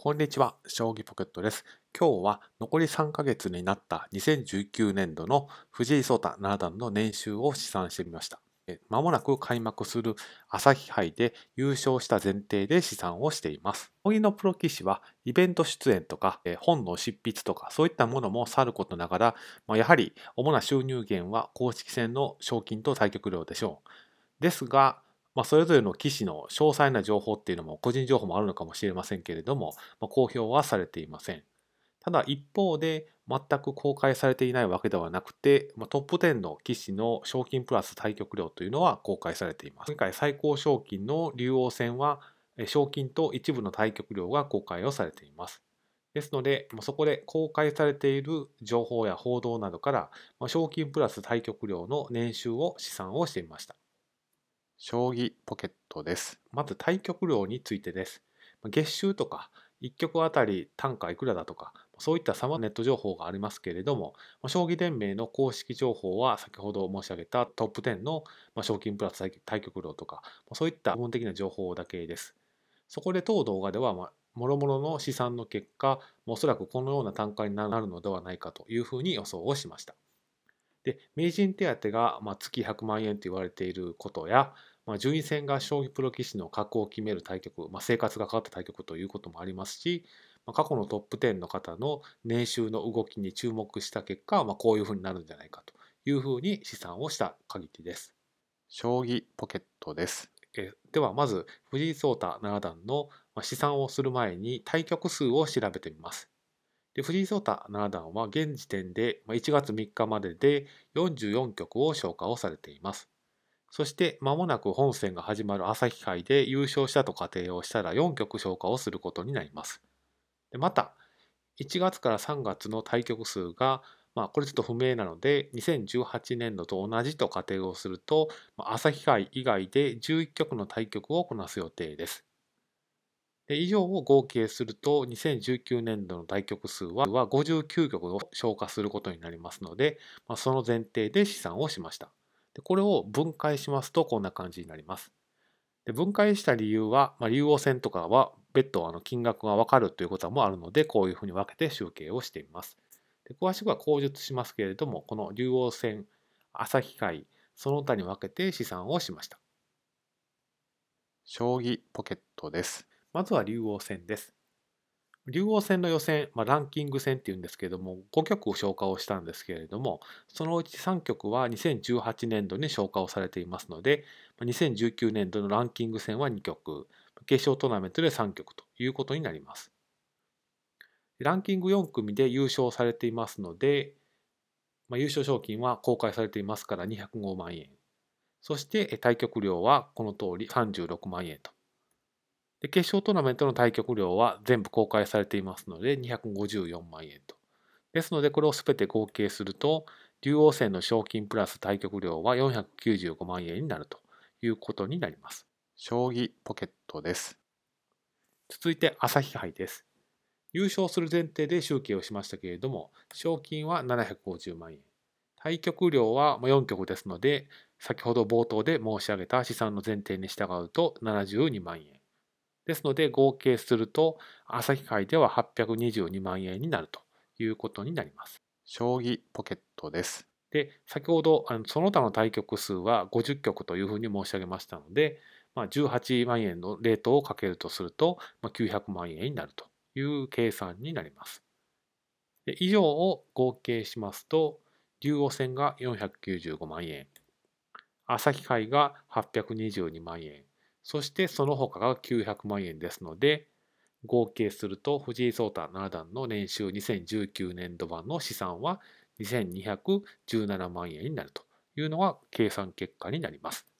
こんにちは、将棋ポケットです。今日は残り3ヶ月になった2019年度の藤井聡太七段の年収を試算してみました。まもなく開幕する朝日杯で優勝した前提で試算をしています。将棋のプロ棋士はイベント出演とか本の執筆とかそういったものもさることながら、やはり主な収入源は公式戦の賞金と対局料でしょう。ですが、それぞれの棋士の詳細な情報っていうのも個人情報もあるのかもしれませんけれども、公表はされていません。ただ一方で全く公開されていないわけではなくて、トップ10の棋士の賞金プラス対局料というのは公開されています。今回最高賞金の竜王戦は賞金と一部の対局料が公開をされています。ですので、そこで公開されている情報や報道などから、賞金プラス対局料の年収を試算をしてみました。将棋ポケットです。まず対局料についてです。月収とか1局あたり単価いくらだとか、そういった様々なネット情報がありますけれども、将棋連盟の公式情報は先ほど申し上げたトップ10の賞金プラス対局料とか、そういった部分的な情報だけです。そこで当動画では、諸々の試算の結果、おそらくこのような単価になるのではないかというふうに予想をしました。で、名人手当が月100万円と言われていることや、順位戦が将棋プロ棋士の格を決める対局、生活が変わった対局ということもありますし、過去のトップ10の方の年収の動きに注目した結果、こういうふうになるんじゃないかというふうに試算をした限りです。将棋ポケットです。ではまず藤井聡太七段の試算をする前に対局数を調べてみます。で藤井聡太七段は現時点で1月3日までで44局を消化をされています。そして間もなく本戦が始まる朝日杯で優勝したと仮定をしたら4局消化をすることになります。でまた、1月から3月の対局数が、これちょっと不明なので、2018年度と同じと仮定をすると、朝日杯以外で11局の対局をこなす予定です。で以上を合計すると、2019年度の対局数は59局を消化することになりますので、その前提で試算をしました。でこれを分解しますと、こんな感じになります。で分解した理由は、竜王戦とかは別途金額が分かるということもあるので、こういうふうに分けて集計をしています。で詳しくは口述しますけれども、この竜王戦、朝日杯、その他に分けて試算をしました。将棋ポケットです。まずは竜王戦です。竜王戦の予選、ランキング戦っていうんですけれども、5局消化をしたんですけれども、そのうち3局は2018年度に消化をされていますので、2019年度のランキング戦は2局、決勝トーナメントで3局ということになります。ランキング4組で優勝されていますので、優勝賞金は公開されていますから205万円。そして対局料はこの通り36万円と。で決勝トーナメントの対局料は全部公開されていますので254万円と。ですのでこれをすべて合計すると、竜王戦の賞金プラス対局料は495万円になるということになります。将棋ポケットです。続いて朝日杯です。優勝する前提で集計をしましたけれども、賞金は750万円。対局料は4局ですので、先ほど冒頭で申し上げた試算の前提に従うと72万円。ですので合計すると、朝日杯では822万円になるということになります。将棋ポケットです。で、先ほどその他の対局数は50局というふうに申し上げましたので、18万円のレートをかけるとすると、900万円になるという計算になります。で以上を合計しますと、竜王戦が495万円、朝日杯が822万円、そしてその他が900万円ですので、合計すると藤井聡太七段の年収2019年度版の試算は2217万円になるというのが計算結果になります。